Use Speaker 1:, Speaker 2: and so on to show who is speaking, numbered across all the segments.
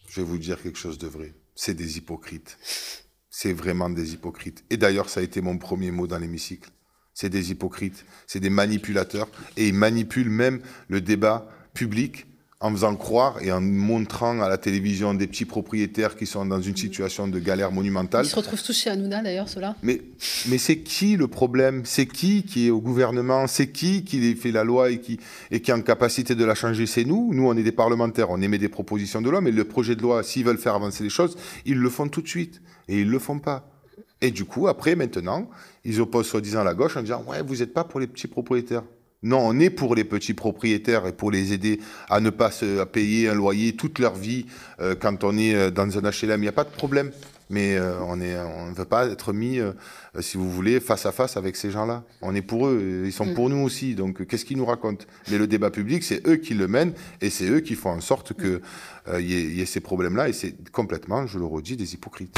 Speaker 1: je vais vous dire quelque chose de vrai. C'est des hypocrites. C'est vraiment des hypocrites. Et d'ailleurs, ça a été mon premier mot dans l'hémicycle. C'est des hypocrites, c'est des manipulateurs. Et ils manipulent même le débat public en faisant croire et en montrant à la télévision des petits propriétaires qui sont dans une situation de galère monumentale.
Speaker 2: Ils se retrouvent tous chez Hanouna, d'ailleurs, ceux-là.
Speaker 1: Mais c'est qui le problème? C'est qui est au gouvernement? C'est qui fait la loi et qui est en capacité de la changer? C'est nous. Nous, on est des parlementaires, on émet des propositions de loi, mais le projet de loi, s'ils veulent faire avancer les choses, ils le font tout de suite. Et ils le font pas. Et du coup, après, maintenant, ils opposent soi-disant la gauche en disant « Ouais, vous n'êtes pas pour les petits propriétaires ». Non, on est pour les petits propriétaires et pour les aider à ne pas à payer un loyer toute leur vie quand on est dans un HLM. Il n'y a pas de problème. Mais on ne veut pas être mis, si vous voulez, face à face avec ces gens-là. On est pour eux, ils sont pour nous aussi. Donc, qu'est-ce qu'ils nous racontent? Mais le débat public, c'est eux qui le mènent et c'est eux qui font en sorte qu'il y ait ces problèmes-là. Et c'est complètement, je le redis, des hypocrites.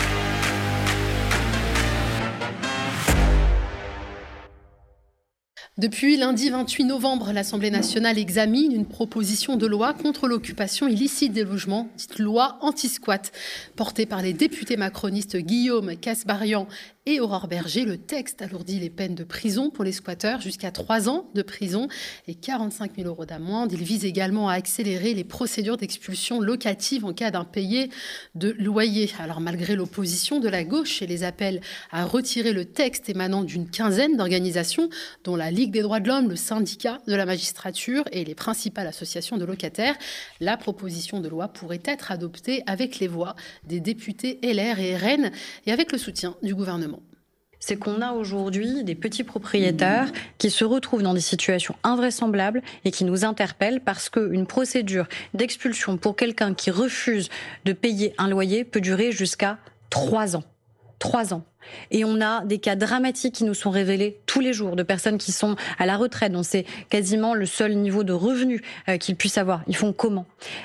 Speaker 2: Depuis lundi 28 novembre, l'Assemblée nationale examine une proposition de loi contre l'occupation illicite des logements, dite loi anti-squat, portée par les députés macronistes Guillaume Kasbarian et Aurore Berger. Le texte alourdit les peines de prison pour les squatteurs jusqu'à 3 ans de prison et 45 000 € d'amende. Il vise également à accélérer les procédures d'expulsion locative en cas d'impayé de loyer. Alors malgré l'opposition de la gauche et les appels à retirer le texte émanant d'une quinzaine d'organisations, dont la Ligue des droits de l'homme, le syndicat de la magistrature et les principales associations de locataires, la proposition de loi pourrait être adoptée avec les voix des députés LR et RN et avec le soutien du gouvernement.
Speaker 3: C'est qu'on a aujourd'hui des petits propriétaires qui se retrouvent dans des situations invraisemblables et qui nous interpellent parce qu'une procédure d'expulsion pour quelqu'un qui refuse de payer un loyer peut durer jusqu'à 3 ans. 3 ans. Et on a des cas dramatiques qui nous sont révélés tous les jours de personnes qui sont à la retraite, dont c'est quasiment le seul niveau de revenu qu'ils puissent avoir. Ils font comment?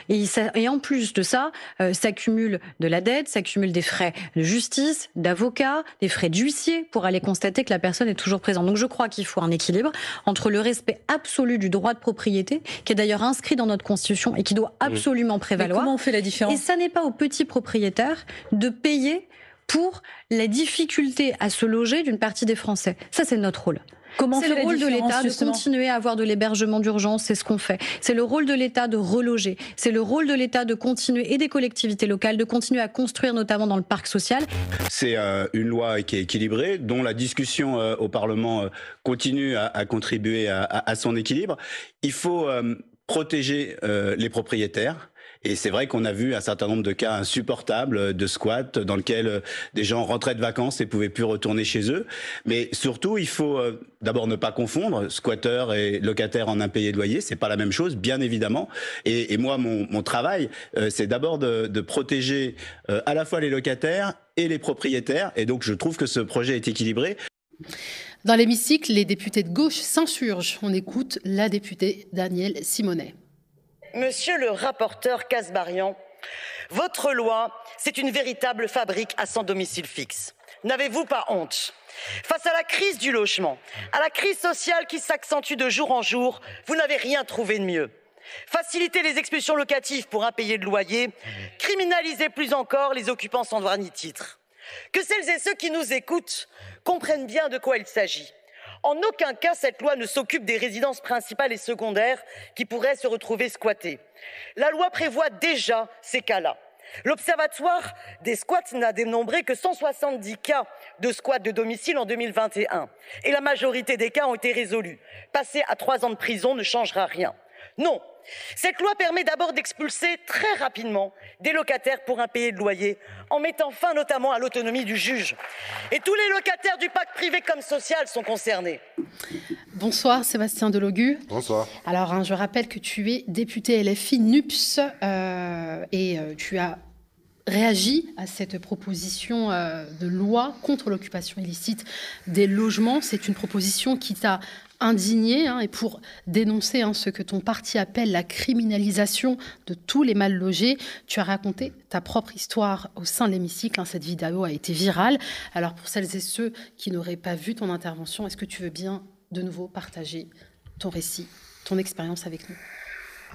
Speaker 3: Et en plus de ça, s'accumule de la dette, s'accumulent des frais de justice, d'avocat, des frais d'huissier pour aller constater que la personne est toujours présente. Donc je crois qu'il faut un équilibre entre le respect absolu du droit de propriété, qui est d'ailleurs inscrit dans notre Constitution et qui doit absolument prévaloir.
Speaker 4: Mais comment on fait la différence?
Speaker 3: Et ça n'est pas aux petits propriétaires de payer pour la difficulté à se loger d'une partie des Français. Ça, c'est notre rôle. C'est le rôle de l'État de continuer à avoir de l'hébergement d'urgence, c'est ce qu'on fait. C'est le rôle de l'État de reloger. C'est le rôle de l'État de continuer, et des collectivités locales, de continuer à construire, notamment dans le parc social.
Speaker 5: C'est une loi qui est équilibrée, dont la discussion au Parlement continue à contribuer à son équilibre. Il faut protéger les propriétaires. Et c'est vrai qu'on a vu un certain nombre de cas insupportables de squats dans lesquels des gens rentraient de vacances et pouvaient plus retourner chez eux. Mais surtout, il faut d'abord ne pas confondre squatteurs et locataires en impayés de loyer. C'est pas la même chose, bien évidemment. Et moi, mon travail, c'est d'abord de protéger à la fois les locataires et les propriétaires. Et donc, je trouve que ce projet est équilibré.
Speaker 2: Dans l'hémicycle, les députés de gauche s'insurgent. On écoute la députée Danielle Simonet.
Speaker 6: Monsieur le rapporteur Kasbarian, votre loi, c'est une véritable fabrique à sans domicile fixe. N'avez-vous pas honte? Face à la crise du logement, à la crise sociale qui s'accentue de jour en jour, vous n'avez rien trouvé de mieux. Faciliter les expulsions locatives pour impayés de loyer, criminaliser plus encore les occupants sans droit ni titre. Que celles et ceux qui nous écoutent comprennent bien de quoi il s'agit. En aucun cas, cette loi ne s'occupe des résidences principales et secondaires qui pourraient se retrouver squattées. La loi prévoit déjà ces cas-là. L'Observatoire des squats n'a dénombré que 170 cas de squats de domicile en 2021. Et la majorité des cas ont été résolus. Passer à 3 ans de prison ne changera rien. Non, cette loi permet d'abord d'expulser très rapidement des locataires pour impayés de loyer, en mettant fin notamment à l'autonomie du juge. Et tous les locataires du pacte privé comme social sont concernés.
Speaker 2: Bonsoir Sébastien Delogu.
Speaker 1: Bonsoir.
Speaker 2: Alors, je rappelle que tu es député LFI NUPS et tu as réagi à cette proposition de loi contre l'occupation illicite des logements. C'est une proposition qui t'a indigné et pour dénoncer ce que ton parti appelle la criminalisation de tous les mal logés. Tu as raconté ta propre histoire au sein de l'hémicycle. Cette vidéo a été virale. Alors pour celles et ceux qui n'auraient pas vu ton intervention, est-ce que tu veux bien de nouveau partager ton récit, ton expérience avec nous?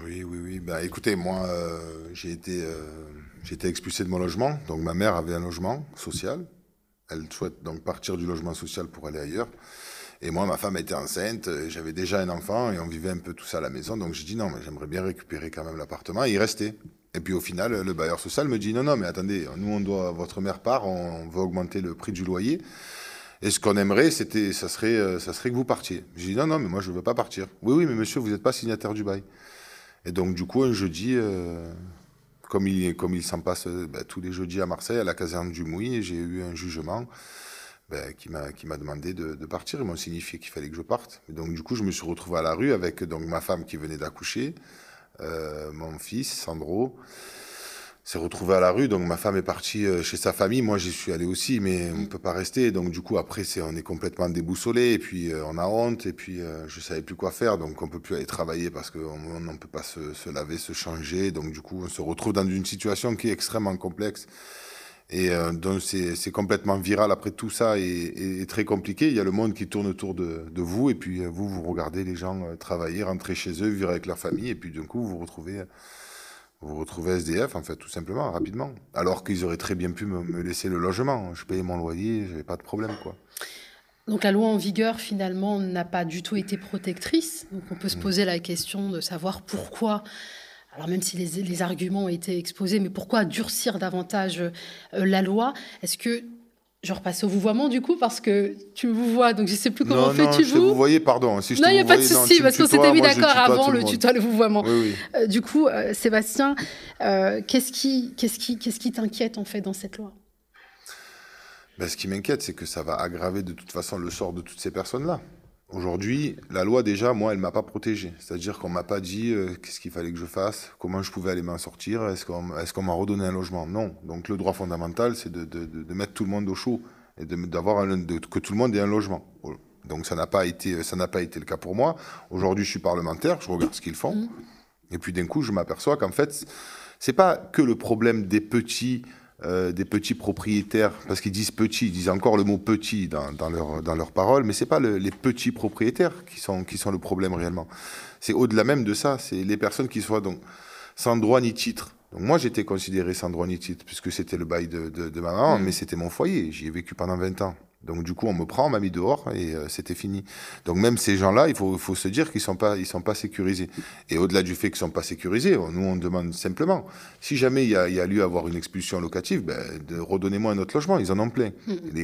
Speaker 1: Oui. Bah, écoutez, moi, j'ai été expulsé de mon logement. Donc, ma mère avait un logement social. Elle souhaite donc partir du logement social pour aller ailleurs. Et moi, ma femme était enceinte, j'avais déjà un enfant et on vivait un peu tout ça à la maison. Donc, j'ai dit non, mais j'aimerais bien récupérer quand même l'appartement et y rester. Et puis, au final, le bailleur social me dit non, mais attendez, nous, votre mère part, on veut augmenter le prix du loyer. Et ce qu'on aimerait, ça serait que vous partiez. J'ai dit non, mais moi, je veux pas partir. Oui, mais monsieur, vous n'êtes pas signataire du bail. Et donc, du coup, un jeudi, comme il s'en passe tous les jeudis à Marseille, à la caserne du Mouy, j'ai eu un jugement qui m'a demandé de partir. Ils m'ont signifié qu'il fallait que je parte. Et donc, du coup, je me suis retrouvé à la rue avec donc, ma femme qui venait d'accoucher, mon fils, Sandro, s'est retrouvé à la rue. Donc, ma femme est partie chez sa famille. Moi, j'y suis allé aussi, mais on ne peut pas rester. Donc, du coup, après, on est complètement déboussolé. Et puis, on a honte. Et puis, je ne savais plus quoi faire. Donc, on ne peut plus aller travailler parce qu'on ne peut pas se laver, se changer. Donc, du coup, on se retrouve dans une situation qui est extrêmement complexe. Et donc c'est complètement viral après tout ça et très compliqué. Il y a le monde qui tourne autour de vous et puis vous regardez les gens travailler, rentrer chez eux, vivre avec leur famille et puis d'un coup vous vous retrouvez SDF en fait tout simplement rapidement. Alors qu'ils auraient très bien pu me laisser le logement. Je payais mon loyer, j'avais pas de problème quoi.
Speaker 2: Donc la loi en vigueur finalement n'a pas du tout été protectrice. Donc on peut se poser la question de savoir pourquoi. Alors même si les arguments ont été exposés, mais pourquoi durcir davantage la loi? Est-ce que je repasse au vouvoiement du coup parce que tu me vouvoies, donc je ne sais plus comment fais-tu vous.
Speaker 1: Vous voyez, pardon. Si je
Speaker 2: non, il n'y a pas de souci parce qu'on s'était mis d'accord avant le
Speaker 1: tutoie,
Speaker 2: le vouvoiement.
Speaker 1: Oui.
Speaker 2: Du coup, Sébastien, qu'est-ce qui t'inquiète en fait dans cette loi?
Speaker 1: Ce qui m'inquiète, c'est que ça va aggraver de toute façon le sort de toutes ces personnes-là. Aujourd'hui, la loi, déjà, moi, elle ne m'a pas protégé. C'est-à-dire qu'on ne m'a pas dit qu'est-ce qu'il fallait que je fasse, comment je pouvais aller m'en sortir, est-ce qu'on m'a redonné un logement? Non. Donc, le droit fondamental, c'est de mettre tout le monde au chaud et que tout le monde ait un logement. Donc, ça n'a pas été le cas pour moi. Aujourd'hui, je suis parlementaire, je regarde ce qu'ils font. Et puis, d'un coup, je m'aperçois qu'en fait, ce n'est pas que le problème des petits propriétaires, parce qu'ils disent petits, ils disent encore le mot petit dans leurs paroles, mais c'est pas les petits propriétaires qui sont le problème réellement. C'est au-delà même de ça, c'est les personnes qui soient donc sans droit ni titre. Donc moi j'étais considéré sans droit ni titre, puisque c'était le bail de ma maman, mais c'était mon foyer, j'y ai vécu pendant 20 ans. Donc du coup on me prend, on m'a mis dehors et c'était fini. Donc même ces gens-là, il faut se dire qu'ils sont pas sécurisés. Et au-delà du fait qu'ils sont pas sécurisés, nous on demande simplement, si jamais il y a lieu à avoir une expulsion locative, redonnez-moi un autre logement, ils en ont plein.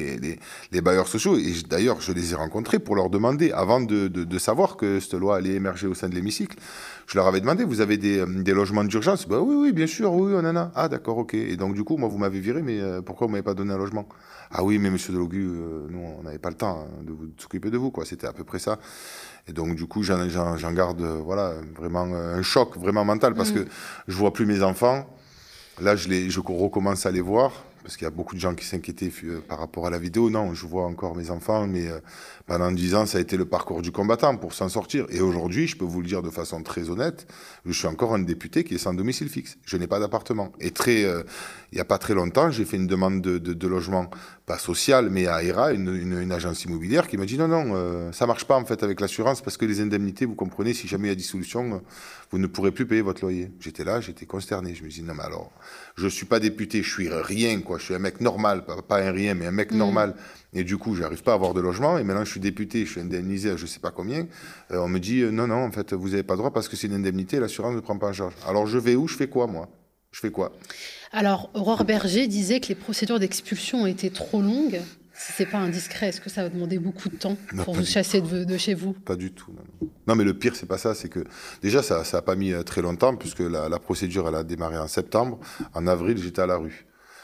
Speaker 1: Les bailleurs sociaux, et d'ailleurs je les ai rencontrés pour leur demander, avant de savoir que cette loi allait émerger au sein de l'hémicycle, je leur avais demandé, vous avez des logements d'urgence? Oui, bien sûr, oui, on en a. Ah d'accord, ok. Et donc du coup, moi vous m'avez viré, mais pourquoi vous m'avez pas donné un logement? Ah oui, mais monsieur Delogu, nous, on n'avait pas le temps de s'occuper de vous, quoi. C'était à peu près ça. Et donc, du coup, j'en garde, vraiment un choc vraiment mental parce que je vois plus mes enfants. Là, je recommence à les voir parce qu'il y a beaucoup de gens qui s'inquiétaient par rapport à la vidéo. Non, je vois encore mes enfants, mais pendant 10 ans, ça a été le parcours du combattant pour s'en sortir. Et aujourd'hui, je peux vous le dire de façon très honnête, je suis encore un député qui est sans domicile fixe. Je n'ai pas d'appartement. Et il n'y a pas très longtemps, j'ai fait une demande de logement, pas social, mais à ERA, une agence immobilière, qui m'a dit non, ça marche pas en fait avec l'assurance parce que les indemnités, vous comprenez, si jamais il y a dissolution, vous ne pourrez plus payer votre loyer. J'étais là, j'étais consterné. Je me dis non, mais alors, je suis pas député, je suis rien, quoi. Je suis un mec normal, pas un rien, mais un mec normal. Et du coup, j'arrive pas à avoir de logement. Et maintenant, je suis député, je suis indemnisé à je sais pas combien. On me dit non, en fait, vous avez pas le droit parce que c'est une indemnité, l'assurance ne prend pas en charge. Alors, je vais où? Je fais quoi, moi? Je fais quoi?
Speaker 2: Alors, Aurore Berger disait que les procédures d'expulsion ont été trop longues. Si c'est pas indiscret, est-ce que ça va demander beaucoup de temps pour vous chasser de chez vous?
Speaker 1: Pas du tout, non, mais le pire, c'est pas ça. C'est que déjà, ça a pas mis très longtemps puisque la procédure, elle a démarré en septembre. En avril, j'étais à la rue.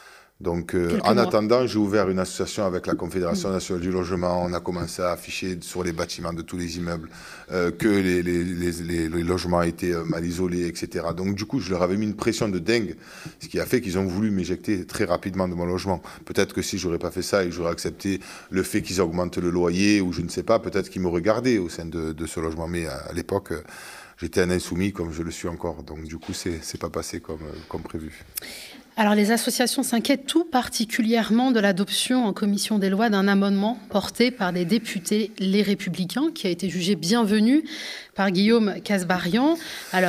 Speaker 1: Donc, en attendant, j'ai ouvert une association avec la Confédération nationale du logement. On a commencé à afficher sur les bâtiments de tous les immeubles que les logements étaient mal isolés, etc. Donc, du coup, je leur avais mis une pression de dingue, ce qui a fait qu'ils ont voulu m'éjecter très rapidement de mon logement. Peut-être que si j'aurais pas fait ça et que j'aurais accepté le fait qu'ils augmentent le loyer ou je ne sais pas, peut-être qu'ils m'auraient gardé au sein de ce logement. Mais à l'époque, j'étais un insoumis comme je le suis encore. Donc, du coup, c'est pas passé comme prévu.
Speaker 2: Alors, les associations s'inquiètent tout particulièrement de l'adoption en commission des lois d'un amendement porté par des députés Les Républicains, qui a été jugé bienvenu par Guillaume Kasbarian. Alors,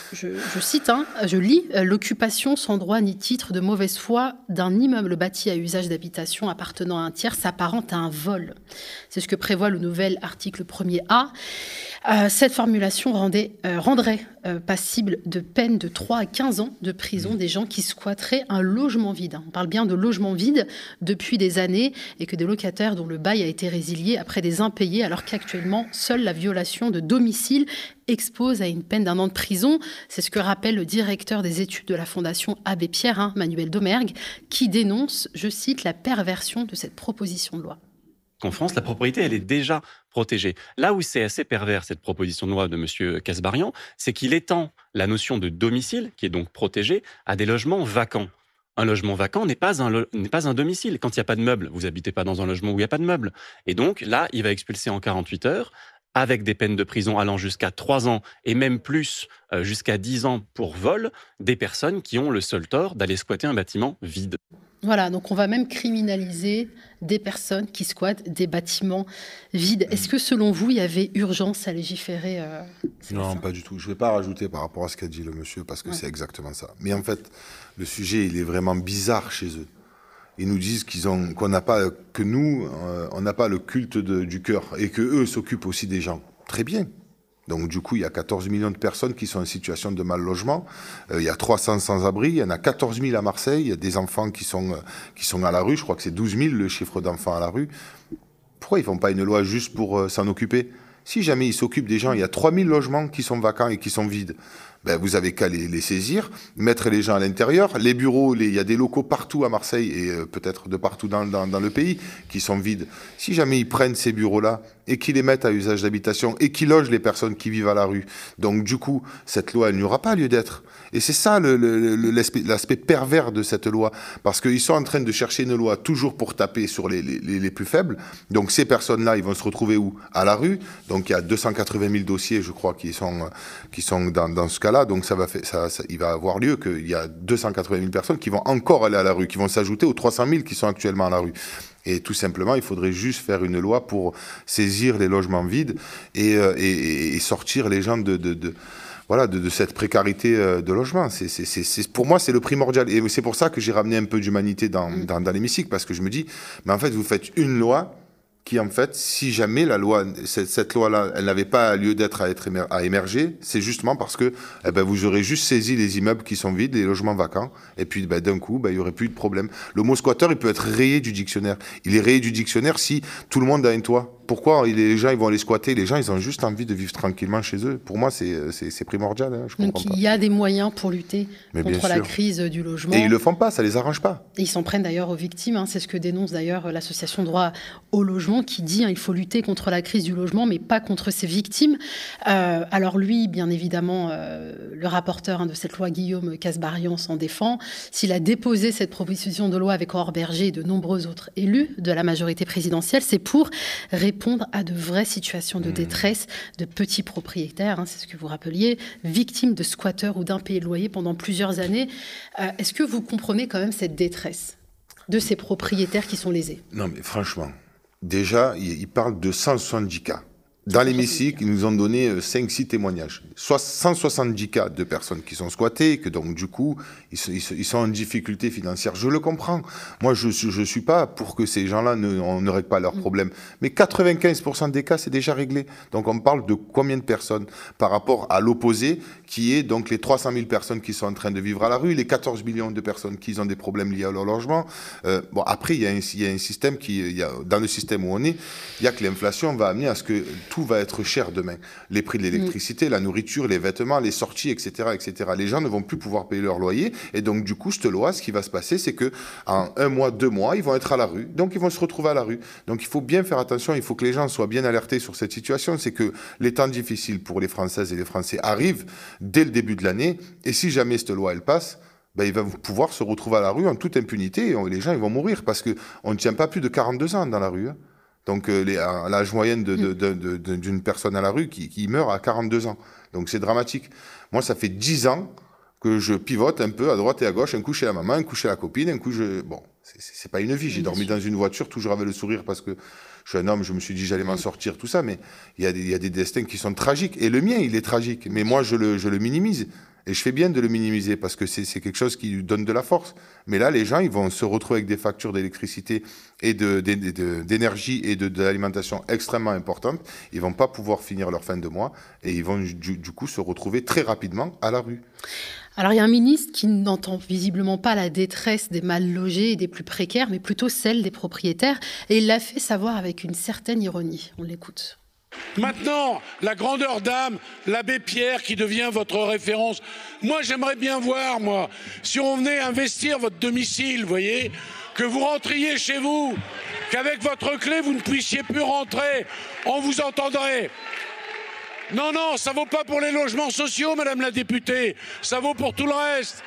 Speaker 2: je cite, je lis, l'occupation sans droit ni titre de mauvaise foi d'un immeuble bâti à usage d'habitation appartenant à un tiers s'apparente à un vol. C'est ce que prévoit le nouvel article 1er A. Cette formulation rendrait passible de peine de 3 à 15 ans de prison des gens qui squatteraient un logement vide. On parle bien de logement vide depuis des années et que des locataires dont le bail a été résilié après des impayés, alors qu'actuellement, seule la violation de domicile expose à une peine d'1 an de prison. C'est ce que rappelle le directeur des études de la Fondation Abbé Pierre, Manuel Domergue, qui dénonce, je cite, la perversion de cette proposition de loi.
Speaker 4: En France, la propriété, elle est déjà protégée. Là où c'est assez pervers, cette proposition de loi de M. Kasbarian, c'est qu'il étend la notion de domicile, qui est donc protégée, à des logements vacants. Un logement vacant n'est pas un domicile. Quand il n'y a pas de meubles, vous n'habitez pas dans un logement où il n'y a pas de meubles. Et donc, là, il va expulser en 48 heures, avec des peines de prison allant jusqu'à 3 ans et même plus, jusqu'à 10 ans pour vol, des personnes qui ont le seul tort d'aller squatter un bâtiment vide.
Speaker 2: Voilà, donc on va même criminaliser des personnes qui squattent des bâtiments vides. Est-ce que selon vous, il y avait urgence à légiférer
Speaker 1: Non, pas du tout. Je ne vais pas rajouter par rapport à ce qu'a dit le monsieur, parce que c'est exactement ça. Mais en fait, le sujet, il est vraiment bizarre chez eux. Ils nous disent qu'on n'a pas, que nous, on n'a pas le culte du cœur, et que eux s'occupent aussi des gens. Très bien. Donc du coup, il y a 14 millions de personnes qui sont en situation de mal logement. Il y a 300 sans-abri. Il y en a 14 000 à Marseille. Il y a des enfants qui sont à la rue. Je crois que c'est 12 000 le chiffre d'enfants à la rue. Pourquoi ils font pas une loi juste pour s'en occuper ? Si jamais ils s'occupent des gens, il y a 3 000 logements qui sont vacants et qui sont vides. Ben, vous avez qu'à les saisir, mettre les gens à l'intérieur. Les bureaux, il y a des locaux partout à Marseille et peut-être de partout dans le pays qui sont vides. Si jamais ils prennent ces bureaux-là et qu'ils les mettent à usage d'habitation et qu'ils logent les personnes qui vivent à la rue, donc du coup, cette loi, elle n'y aura pas lieu d'être. Et c'est ça l'aspect pervers de cette loi. Parce qu'ils sont en train de chercher une loi toujours pour taper sur les plus faibles. Donc ces personnes-là, ils vont se retrouver où ? À la rue. Donc il y a 280 000 dossiers, je crois, qui sont dans ce cas-là. Donc il va avoir lieu qu'il y a 280 000 personnes qui vont encore aller à la rue, qui vont s'ajouter aux 300 000 qui sont actuellement à la rue. Et tout simplement, il faudrait juste faire une loi pour saisir les logements vides et sortir les gens de cette précarité de logement. Pour moi, c'est le primordial. Et c'est pour ça que j'ai ramené un peu d'humanité dans l'hémicycle, parce que je me dis, mais en fait, vous faites une loi qui, en fait, si jamais la loi, cette loi-là, elle n'avait pas lieu d'être à émerger, c'est justement parce que vous aurez juste saisi les immeubles qui sont vides, les logements vacants, et puis d'un coup, il n'y aurait plus de problème. Le mot squatteur, il peut être rayé du dictionnaire. Il est rayé du dictionnaire si tout le monde a un toit. Pourquoi les gens ils vont aller squatter ? Les gens, ils ont juste envie de vivre tranquillement chez eux. Pour moi, c'est primordial. Je comprends pas.
Speaker 2: Il y a des moyens pour lutter contre la crise du logement.
Speaker 1: Et ils le font pas, ça les arrange pas.
Speaker 2: Et ils s'en prennent d'ailleurs aux victimes. C'est ce que dénonce d'ailleurs l'association Droit au logement, qui dit il faut lutter contre la crise du logement, mais pas contre ses victimes. Alors lui, bien évidemment, le rapporteur de cette loi, Guillaume Kasbarian, s'en défend. S'il a déposé cette proposition de loi avec Aurore Bergé et de nombreux autres élus de la majorité présidentielle, c'est pour répondre à de vraies situations de détresse de petits propriétaires, c'est ce que vous rappeliez, victimes de squatteurs ou d'impayés de loyer pendant plusieurs années. Est-ce que vous comprenez quand même cette détresse de ces propriétaires qui sont lésés ?
Speaker 1: Non, mais franchement, déjà, ils parlent de 170 cas. Dans l'hémicycle, ils nous ont donné 5-6 témoignages. 170 cas de personnes qui sont squattées, que donc du coup, ils sont en difficulté financière. Je le comprends. Moi, je suis pas pour que ces gens-là ne règlent pas leurs problèmes. Mais 95% des cas, c'est déjà réglé. Donc on parle de combien de personnes par rapport à l'opposé, qui est donc les 300 000 personnes qui sont en train de vivre à la rue, les 14 millions de personnes qui ont des problèmes liés à leur logement. Après, il y a un système dans le système où on est, il y a que l'inflation va amener à ce que tout va être cher demain. Les prix de l'électricité, la nourriture, les vêtements, les sorties, etc., etc. Les gens ne vont plus pouvoir payer leur loyer. Et donc, du coup, cette loi, ce qui va se passer, c'est que en 1 mois, 2 mois, ils vont être à la rue. Donc, ils vont se retrouver à la rue. Donc, il faut bien faire attention. Il faut que les gens soient bien alertés sur cette situation. C'est que les temps difficiles pour les Françaises et les Français arrivent dès le début de l'année. Et si jamais cette loi, elle passe, ils vont pouvoir se retrouver à la rue en toute impunité. Et les gens, ils vont mourir parce qu'on ne tient pas plus de 42 ans dans la rue. Donc l'âge moyenne d'une personne à la rue qui meurt à 42 ans. Donc c'est dramatique. Moi, ça fait 10 ans que je pivote un peu à droite et à gauche, un coup chez la maman, un coup chez la copine, un coup Bon, c'est pas une vie. J'ai dormi dans une voiture, toujours avec le sourire, parce que je suis un homme, je me suis dit j'allais m'en sortir, tout ça. Mais il y a des destins qui sont tragiques. Et le mien, il est tragique. Mais moi, je le minimise. Et je fais bien de le minimiser parce que c'est quelque chose qui lui donne de la force. Mais là, les gens, ils vont se retrouver avec des factures d'électricité et d'énergie et de l'alimentation extrêmement importantes. Ils vont pas pouvoir finir leur fin de mois et ils vont du coup se retrouver très rapidement à la rue.
Speaker 2: Alors, il y a un ministre qui n'entend visiblement pas la détresse des mal logés et des plus précaires, mais plutôt celle des propriétaires. Et il l'a fait savoir avec une certaine ironie. On l'écoute.
Speaker 7: Maintenant, la grandeur d'âme, l'abbé Pierre qui devient votre référence. Moi, j'aimerais bien voir, si on venait investir votre domicile, vous voyez, que vous rentriez chez vous, qu'avec votre clé, vous ne puissiez plus rentrer, on vous entendrait. Non, ça vaut pas pour les logements sociaux, madame la députée, ça vaut pour tout le reste.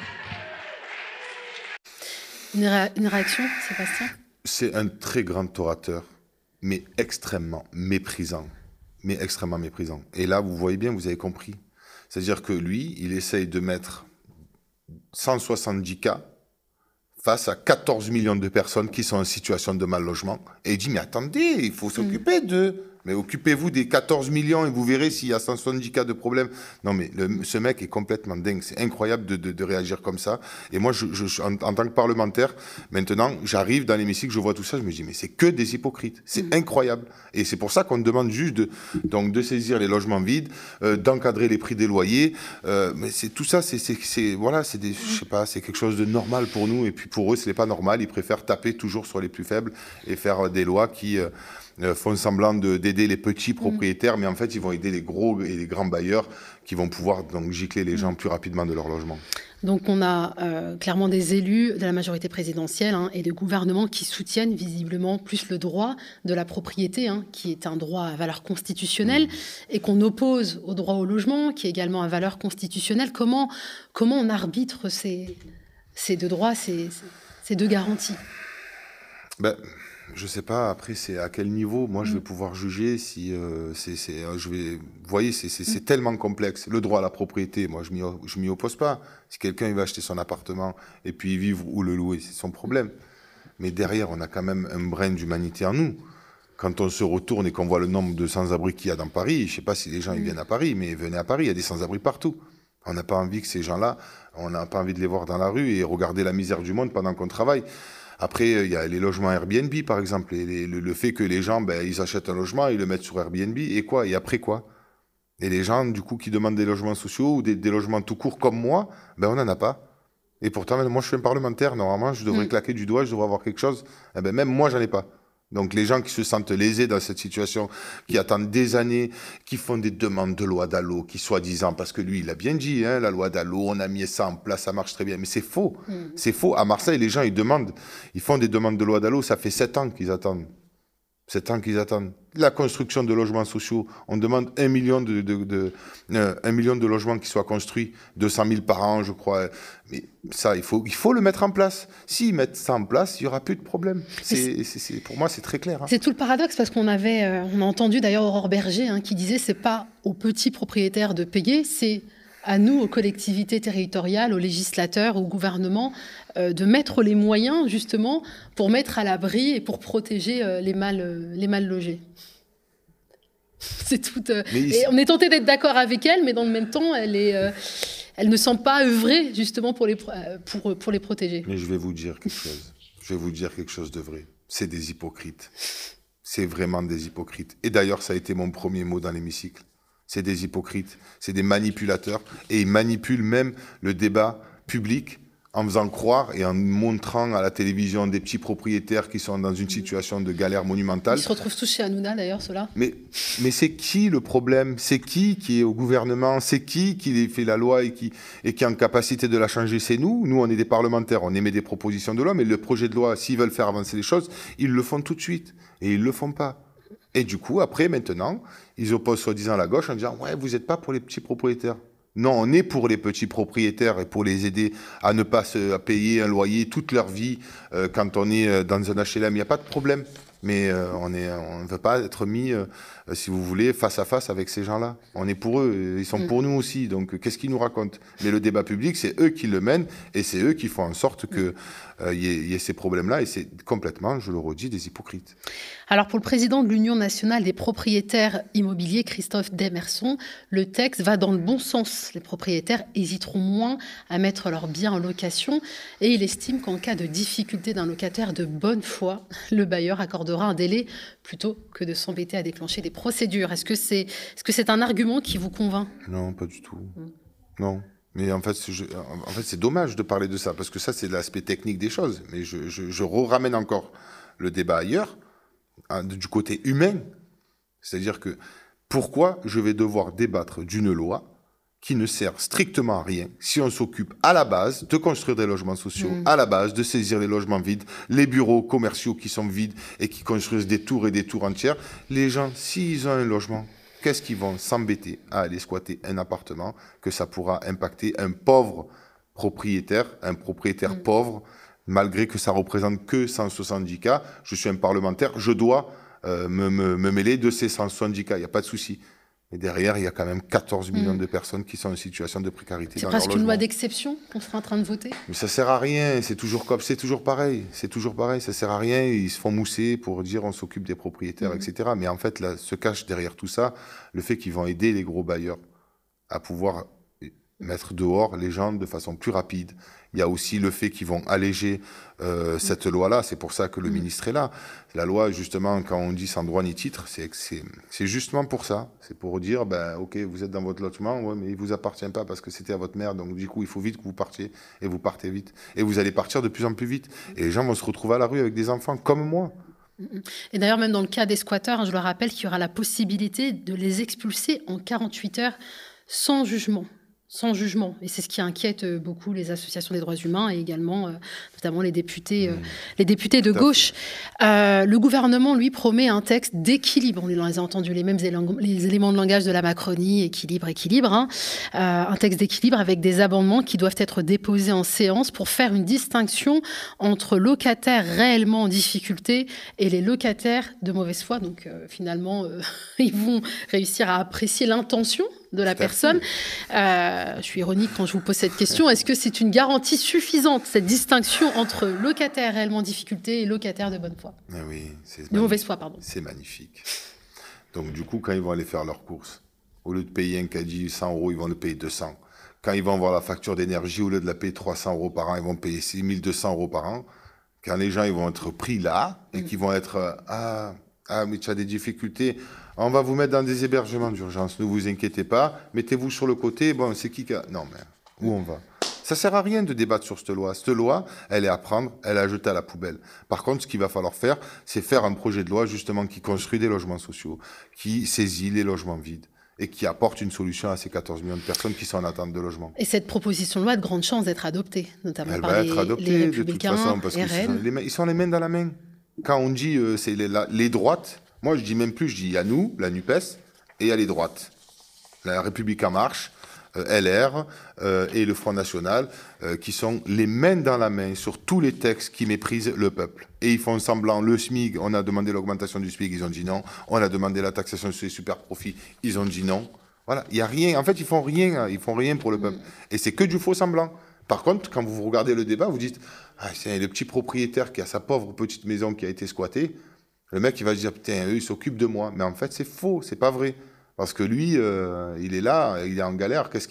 Speaker 2: Une réaction, Sébastien ?
Speaker 1: C'est un très grand orateur, mais extrêmement méprisant. Et là, vous voyez bien, vous avez compris. C'est-à-dire que lui, il essaye de mettre 170 cas face à 14 millions de personnes qui sont en situation de mal logement. Et il dit, mais attendez, il faut s'occuper d'eux. Mais occupez-vous des 14 millions et vous verrez s'il y a 170 cas de problème. Non, mais ce mec est complètement dingue. C'est incroyable de réagir comme ça. Et moi, en tant que parlementaire, maintenant, j'arrive dans l'hémicycle, je vois tout ça, je me dis, mais c'est que des hypocrites. C'est incroyable. Et c'est pour ça qu'on demande juste de saisir les logements vides, d'encadrer les prix des loyers. Mais c'est tout ça, voilà, je sais pas, c'est quelque chose de normal pour nous. Et puis pour eux, ce n'est pas normal. Ils préfèrent taper toujours sur les plus faibles et faire des lois qui font semblant d'aider les petits propriétaires, mais en fait, ils vont aider les gros et les grands bailleurs qui vont pouvoir donc gicler les gens plus rapidement de leur logement.
Speaker 2: Donc on a clairement des élus de la majorité présidentielle et de gouvernements qui soutiennent visiblement plus le droit de la propriété, qui est un droit à valeur constitutionnelle, et qu'on oppose au droit au logement, qui est également à valeur constitutionnelle. Comment on arbitre ces deux droits, ces deux garanties ?
Speaker 1: Je sais pas, après, c'est à quel niveau, moi, je vais pouvoir juger si vous voyez, c'est tellement complexe. Le droit à la propriété, moi, je m'y oppose pas. Si quelqu'un, il va acheter son appartement et puis y vivre ou le louer, c'est son problème. Mais derrière, on a quand même un brin d'humanité en nous. Quand on se retourne et qu'on voit le nombre de sans-abri qu'il y a dans Paris, je sais pas si les gens, ils viennent à Paris, mais venez à Paris, il y a des sans-abri partout. On n'a pas envie que ces gens-là, on n'a pas envie de les voir dans la rue et regarder la misère du monde pendant qu'on travaille. Après, il y a les logements Airbnb, par exemple, et le fait que les gens, ils achètent un logement, ils le mettent sur Airbnb, et quoi ? Et après quoi ? Et les gens, du coup, qui demandent des logements sociaux ou des logements tout court comme moi, on n'en a pas. Et pourtant, moi, je suis un parlementaire, normalement, je devrais claquer du doigt, je devrais avoir quelque chose. Même moi, j'en ai pas. Donc les gens qui se sentent lésés dans cette situation, qui attendent des années, qui font des demandes de loi Dalo, qui soi-disant, parce que lui, il a bien dit, la loi Dalo, on a mis ça en place, ça marche très bien. Mais c'est faux. C'est faux. À Marseille, les gens, ils font des demandes de loi Dalo, ça fait 7 ans qu'ils attendent. 7 ans qu'ils attendent. La construction de logements sociaux, on demande 1 million de logements qui soient construits, 200 000 par an, je crois. Mais ça, il faut le mettre en place. S'ils mettent ça en place, il n'y aura plus de problème. Pour moi, c'est très clair.
Speaker 2: C'est tout le paradoxe, parce qu'on a entendu d'ailleurs Aurore Berger qui disait c'est pas aux petits propriétaires de payer, c'est à nous, aux collectivités territoriales, aux législateurs, au gouvernement, de mettre les moyens, justement, pour mettre à l'abri et pour protéger les mal logés. C'est tout. Et on est tenté d'être d'accord avec elle, mais dans le même temps, elle ne semble pas œuvrer, justement, pour les protéger.
Speaker 1: Mais je vais vous dire quelque chose. Je vais vous dire quelque chose de vrai. C'est des hypocrites. C'est vraiment des hypocrites. Et d'ailleurs, ça a été mon premier mot dans l'hémicycle. C'est des hypocrites, c'est des manipulateurs, et ils manipulent même le débat public en faisant croire et en montrant à la télévision des petits propriétaires qui sont dans une situation de galère monumentale.
Speaker 2: Ils se retrouvent tous chez Hanouna, d'ailleurs, ceux-là.
Speaker 1: Mais c'est qui le problème ? C'est qui est au gouvernement ? C'est qui fait la loi et qui est en capacité de la changer ? C'est nous. Nous, on est des parlementaires, on émet des propositions de loi, mais le projet de loi, s'ils veulent faire avancer les choses, ils le font tout de suite, et ils le font pas. Et du coup, après, maintenant, ils opposent soi-disant la gauche en disant « Ouais, vous n'êtes pas pour les petits propriétaires ». Non, on est pour les petits propriétaires et pour les aider à ne pas se payer un loyer toute leur vie quand on est dans un HLM. Il n'y a pas de problème. Mais on ne veut pas être mis, si vous voulez, face à face avec ces gens-là. On est pour eux, ils sont pour nous aussi. Donc, qu'est-ce qu'ils nous racontent? Mais le débat public, c'est eux qui le mènent et c'est eux qui font en sorte qu'il y ait ces problèmes-là. Et c'est complètement, je le redis, des hypocrites.
Speaker 2: Alors, pour le président de l'Union nationale des propriétaires immobiliers, Christophe Demerson, le texte va dans le bon sens. Les propriétaires hésiteront moins à mettre leurs biens en location et il estime qu'en cas de difficulté d'un locataire de bonne foi, le bailleur accordera un délai plutôt que de s'embêter à déclencher des procédures. Est-ce que c'est un argument qui vous convainc?
Speaker 1: Non, pas du tout. Non. Mais en fait, c'est dommage de parler de ça, parce que ça, c'est l'aspect technique des choses. Mais je ramène encore le débat ailleurs, du côté humain. C'est-à-dire que pourquoi je vais devoir débattre d'une loi qui ne sert strictement à rien si on s'occupe à la base de construire des logements sociaux, à la base de saisir les logements vides, les bureaux commerciaux qui sont vides et qui construisent des tours et des tours entières. Les gens, s'ils ont un logement, qu'est-ce qu'ils vont s'embêter à aller squatter un appartement que ça pourra impacter un pauvre propriétaire, pauvre, malgré que ça représente que 170 cas. Je suis un parlementaire, je dois me mêler de ces 170 cas, il n'y a pas de souci. Mais derrière, il y a quand même 14 millions de personnes qui sont en situation de précarité.
Speaker 2: C'est presque une loi d'exception qu'on sera en train de voter.
Speaker 1: Mais ça sert à rien, c'est toujours pareil. C'est toujours pareil, ça sert à rien. Ils se font mousser pour dire on s'occupe des propriétaires, etc. Mais en fait, là, se cache derrière tout ça le fait qu'ils vont aider les gros bailleurs à pouvoir mettre dehors les gens de façon plus rapide. Il y a aussi le fait qu'ils vont alléger cette loi-là. C'est pour ça que le ministre est là. La loi, justement, quand on dit sans droit ni titre, c'est justement pour ça. C'est pour dire, OK, vous êtes dans votre logement, ouais, mais il ne vous appartient pas parce que c'était à votre mère. Donc, du coup, il faut vite que vous partiez. Et vous partez vite. Et vous allez partir de plus en plus vite. Et les gens vont se retrouver à la rue avec des enfants, comme moi.
Speaker 2: Et d'ailleurs, même dans le cas des squatteurs, je le rappelle qu'il y aura la possibilité de les expulser en 48 heures sans jugement. Sans jugement. Et c'est ce qui inquiète beaucoup les associations des droits humains et également, notamment les députés de gauche. Le gouvernement, lui, promet un texte d'équilibre. On les a entendus, les mêmes les éléments de langage de la Macronie, équilibre. Hein. Un texte d'équilibre avec des amendements qui doivent être déposés en séance pour faire une distinction entre locataires réellement en difficulté et les locataires de mauvaise foi. Donc, finalement, ils vont réussir à apprécier l'intention de la personne. Je suis ironique quand je vous pose cette question. Est-ce que c'est une garantie suffisante, cette distinction entre locataire réellement en difficulté et locataire de bonne foi?
Speaker 1: Oui,
Speaker 2: de mauvaise foi, pardon.
Speaker 1: C'est magnifique. Donc, du coup, quand ils vont aller faire leurs courses, au lieu de payer un caddie 100 €, ils vont le payer 200. Quand ils vont voir la facture d'énergie, au lieu de la payer 300 € par an, ils vont payer 6200 € par an. Quand les gens ils vont être pris là et qu'ils vont être mais tu as des difficultés, on va vous mettre dans des hébergements d'urgence, ne vous inquiétez pas, mettez-vous sur le côté, bon, c'est qui a... Non, mais où on va? Ça sert à rien de débattre sur cette loi. Cette loi, elle est à prendre, elle est à jeter à la poubelle. Par contre, ce qu'il va falloir faire, c'est faire un projet de loi, justement, qui construit des logements sociaux, qui saisit les logements vides et qui apporte une solution à ces 14 millions de personnes qui sont en attente de logement.
Speaker 2: Et cette proposition de loi a de grandes chances d'être adoptée, notamment
Speaker 1: elle
Speaker 2: par
Speaker 1: va être adoptée,
Speaker 2: de toute façon,
Speaker 1: parce qu'ils sont les mains dans la main. Quand on dit c'est les droites, moi je dis même plus, je dis il y a nous, la NUPES, et il y a les droites. La République en marche, LR et le Front National, qui sont les mains dans la main sur tous les textes qui méprisent le peuple. Et ils font semblant, le SMIC, on a demandé l'augmentation du SMIC, ils ont dit non. On a demandé la taxation sur les super profits, ils ont dit non. Voilà, il y a rien. En fait, ils font rien pour le peuple. Et c'est que du faux semblant. Par contre, quand vous regardez le débat, vous dites c'est le petit propriétaire qui a sa pauvre petite maison qui a été squattée. Le mec, il va se dire putain, eux, ils s'occupent de moi. Mais en fait, c'est faux, c'est pas vrai. Parce que lui, il est là, il est en galère. Qu'est-ce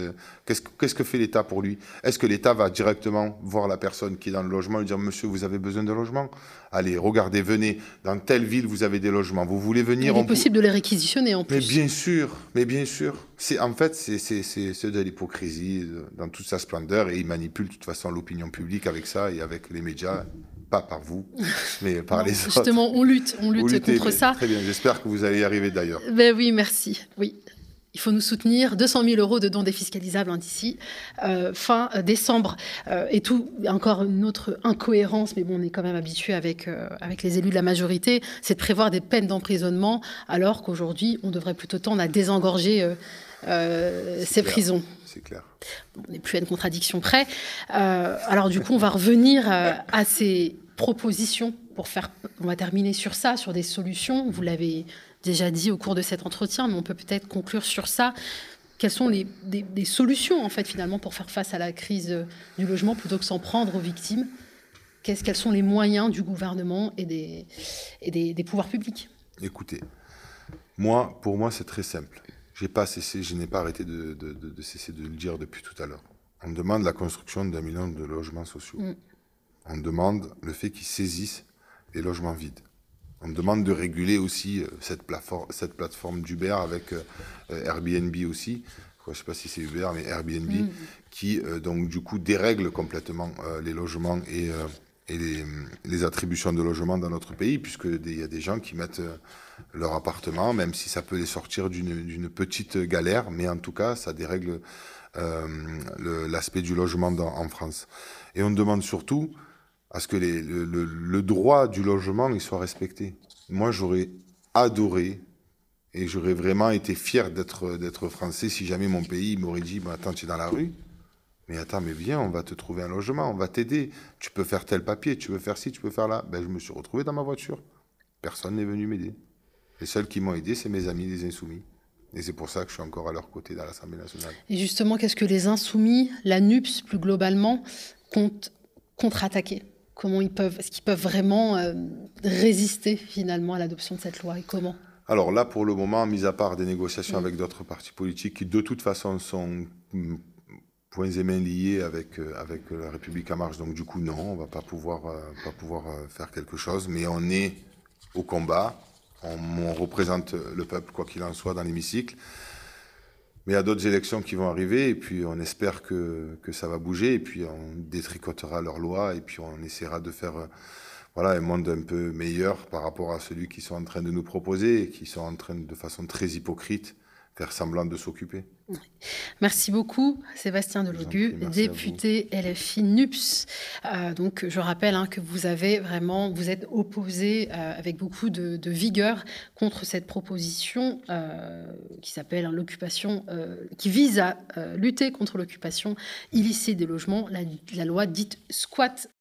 Speaker 1: que fait l'État pour lui? Est-ce que l'État va directement voir la personne qui est dans le logement et lui dire monsieur, vous avez besoin de logement? Allez, regardez, venez. Dans telle ville, vous avez des logements. Vous voulez venir?
Speaker 2: Il est possible de les réquisitionner en plus.
Speaker 1: Mais bien sûr. C'est de l'hypocrisie dans toute sa splendeur et il manipule de toute façon l'opinion publique avec ça et avec les médias. Pas par vous, mais par les autres.
Speaker 2: Justement, on lutte contre ça.
Speaker 1: Très bien, j'espère que vous allez y arriver d'ailleurs.
Speaker 2: Ben oui, merci. Oui. Il faut nous soutenir. 200 000 € de dons défiscalisables d'ici fin décembre. Et tout, encore une autre incohérence, mais bon, on est quand même habitué avec les élus de la majorité, c'est de prévoir des peines d'emprisonnement, alors qu'aujourd'hui, on devrait plutôt tendre à désengorger ces prisons.
Speaker 1: C'est clair.
Speaker 2: On n'est plus à une contradiction près. Alors du coup, on va revenir à ces propositions pour faire... On va terminer sur ça, sur des solutions. Vous l'avez déjà dit au cours de cet entretien, mais on peut peut-être conclure sur ça. Quelles sont des solutions, en fait, finalement, pour faire face à la crise du logement, plutôt que s'en prendre aux victimes? Quels sont les moyens du gouvernement et des pouvoirs publics?
Speaker 1: Écoutez, pour moi, c'est très simple. Je n'ai pas arrêté de cesser de le dire depuis tout à l'heure. On demande la construction d'1 million de logements sociaux. On demande le fait qu'ils saisissent les logements vides. On demande de réguler aussi cette plateforme d'Uber avec Airbnb aussi. Je ne sais pas si c'est Uber, mais Airbnb, qui donc du coup dérègle complètement les logements et les attributions de logements dans notre pays, puisqu'il y a des gens qui mettent leur appartement, même si ça peut les sortir d'une petite galère, mais en tout cas, ça dérègle l'aspect du logement en France. Et on demande surtout à ce que le droit du logement il soit respecté. Moi, j'aurais adoré et j'aurais vraiment été fier d'être français si jamais mon pays m'aurait dit attends, tu es dans la rue, mais viens, on va te trouver un logement, on va t'aider, tu peux faire tel papier, tu peux faire ci, tu peux faire là. Je me suis retrouvé dans ma voiture. Personne n'est venu m'aider. Les seuls qui m'ont aidé, c'est mes amis, les Insoumis. Et c'est pour ça que je suis encore à leur côté dans l'Assemblée nationale.
Speaker 2: Et justement, qu'est-ce que les Insoumis, la NUPS plus globalement, comptent contre-attaquer? Est-ce qu'ils peuvent vraiment résister finalement à l'adoption de cette loi, et comment?
Speaker 1: Alors là, pour le moment, mis à part des négociations avec d'autres partis politiques qui de toute façon sont poings et mains liés avec la République en marche, donc du coup non, on ne va pas pouvoir faire quelque chose, mais on est au combat, on représente le peuple quoi qu'il en soit dans l'hémicycle. Mais il y a d'autres élections qui vont arriver, et puis on espère que ça va bouger, et puis on détricotera leurs lois, et puis on essaiera de faire un monde un peu meilleur par rapport à celui qu'ils sont en train de nous proposer, et qui sont en train, de façon très hypocrite, faire semblant de s'occuper.
Speaker 2: Merci beaucoup, Sébastien Delogu, député LFI NUPS. Donc, je rappelle que vous êtes opposé avec beaucoup de vigueur contre cette proposition qui s'appelle l'occupation, qui vise à lutter contre l'occupation illicite des logements, la loi dite squat